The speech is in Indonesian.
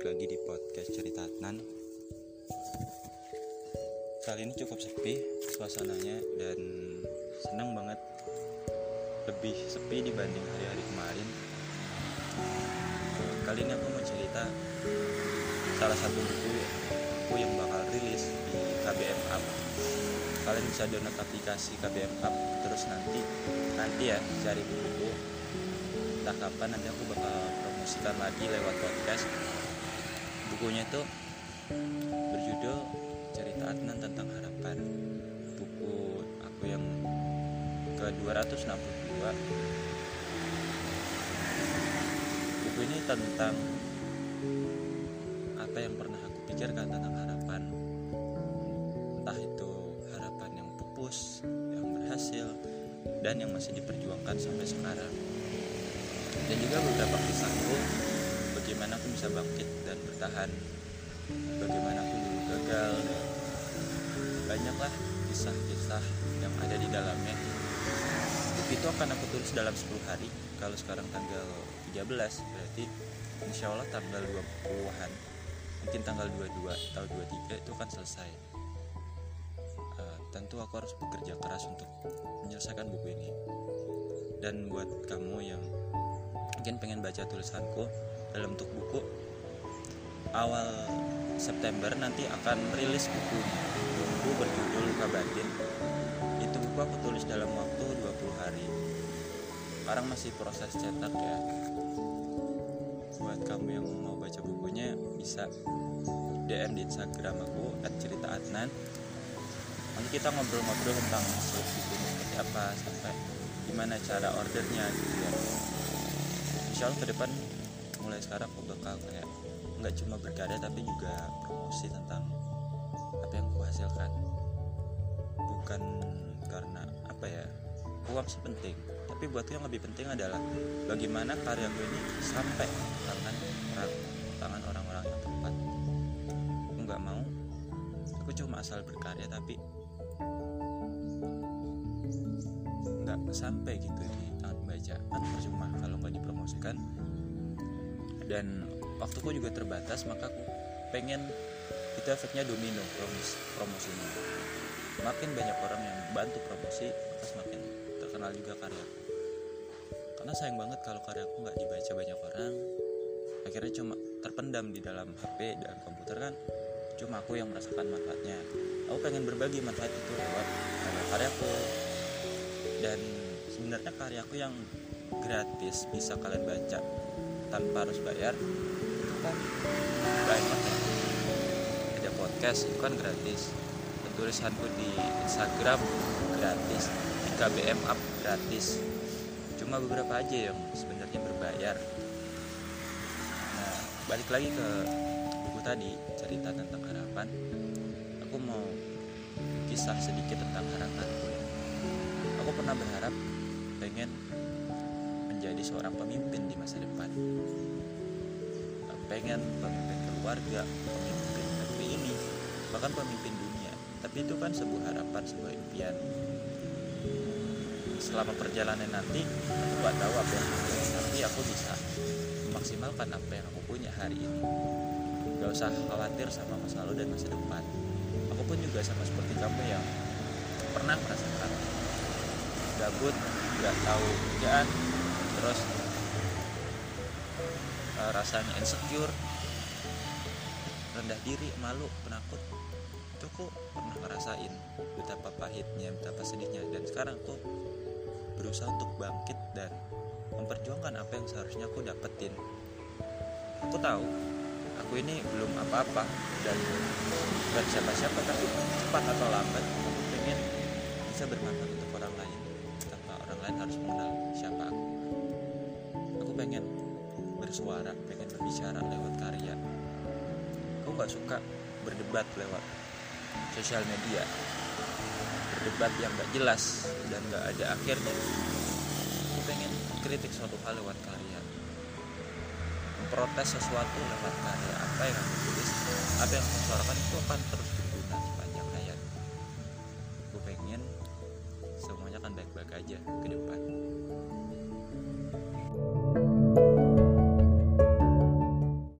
lagi di podcast Cerita Adnan. Kali ini cukup sepi suasananya dan senang banget, lebih sepi dibanding hari-hari kemarin. Kali ini aku mau cerita salah satu buku yang bakal rilis di KBM Up. Kalian bisa download aplikasi KBM Up, terus nanti ya cari buku. Entah kapan nanti aku bakal promosikan lagi lewat podcast. Bukunya itu berjudul Cerita Adnan Tentang Harapan. Buku aku yang ke-262. Buku ini tentang apa yang pernah aku pikirkan tentang harapan. Entah itu harapan yang pupus, yang berhasil, dan yang masih diperjuangkan sampai sekarang. Dan juga beberapa kisahku, bagaimana aku bisa bangkit dan bertahan, bagaimana aku dulu gagal, dan banyaklah kisah-kisah yang ada di dalamnya. Buku itu akan aku tulis dalam 10 hari. Kalau sekarang tanggal 13, berarti insya Allah tanggal 20-an, mungkin tanggal 22 atau 23 itu akan selesai. Tentu aku harus bekerja keras untuk menyelesaikan buku ini. Dan buat kamu yang mungkin pengen baca tulisanku dalam bentuk buku, awal September nanti akan rilis buku berjudul Kabatin. Itu buku aku tulis dalam waktu 20 hari. Sekarang masih proses cetak ya. Buat kamu yang mau baca bukunya, bisa DM di Instagram aku @ceritaadnan. Nanti kita ngobrol-ngobrol tentang seluk bukunya seperti apa, sampai gimana cara ordernya gitu ya. Insya Allah ke depan mulai sekarang aku bakal kayak nggak cuma berkarya tapi juga promosi tentang apa yang aku hasilkan. Bukan karena apa ya, uang sih penting, tapi buatku yang lebih penting adalah bagaimana karyaku ini sampai tangan orang-orang yang tepat. Aku nggak mau aku cuma asal berkarya tapi nggak sampai gitu di tangan pembaca, kan percuma kalau nggak dipromosikan. Dan waktuku juga terbatas, maka aku pengen itu efeknya domino promosinya. Makin banyak orang yang bantu promosi, maka semakin terkenal juga karyaku. Karena sayang banget kalau karyaku nggak dibaca banyak orang, akhirnya cuma terpendam di dalam HP dan komputer, kan cuma aku yang merasakan manfaatnya. Aku pengen berbagi manfaat itu lewat karyaku. Dan sebenarnya karyaku yang gratis bisa kalian baca tanpa harus bayar itu kan banyak ya. Ada podcast itu kan gratis, tulisanku di Instagram gratis, di KBM Up gratis. Cuma beberapa aja yang sebenarnya berbayar. Nah, balik lagi ke buku tadi, Cerita Tentang Harapan. Aku mau kisah sedikit tentang harapanku. Aku pernah berharap pengen menjadi seorang pemimpin di masa depan. Pengen pemimpin keluarga, pemimpin negeri ini, bahkan pemimpin dunia. Tapi itu kan sebuah harapan, sebuah impian. Selama perjalanan nanti, aku gak tahu apa yang terjadi, tapi aku bisa memaksimalkan apa yang aku punya hari ini. Gak usah khawatir sama masa lalu dan masa depan. Aku pun juga sama seperti kamu yang pernah merasakan gabut, gak tahu kerjaan, terus rasanya insecure, rendah diri, malu, penakut. Itu aku pernah ngerasain betapa pahitnya, betapa sedihnya. Dan sekarang aku berusaha untuk bangkit dan memperjuangkan apa yang seharusnya aku dapetin. Aku tahu aku ini belum apa-apa dan bukan siapa-siapa, tapi cepat atau lambat aku pengen bisa bermanfaat untuk orang lain tanpa orang lain harus mengenal siapa aku. Aku pengen bersuara, pengen berbicara lewat karya. Aku gak suka berdebat lewat sosial media, berdebat yang gak jelas dan gak ada akhirnya. Aku pengen kritik suatu hal lewat karya, memprotes sesuatu lewat karya. Apa yang aku tulis, apa yang aku suarakan itu akan terus berguna sepanjang hayat. Aku pengen semuanya akan baik-baik aja.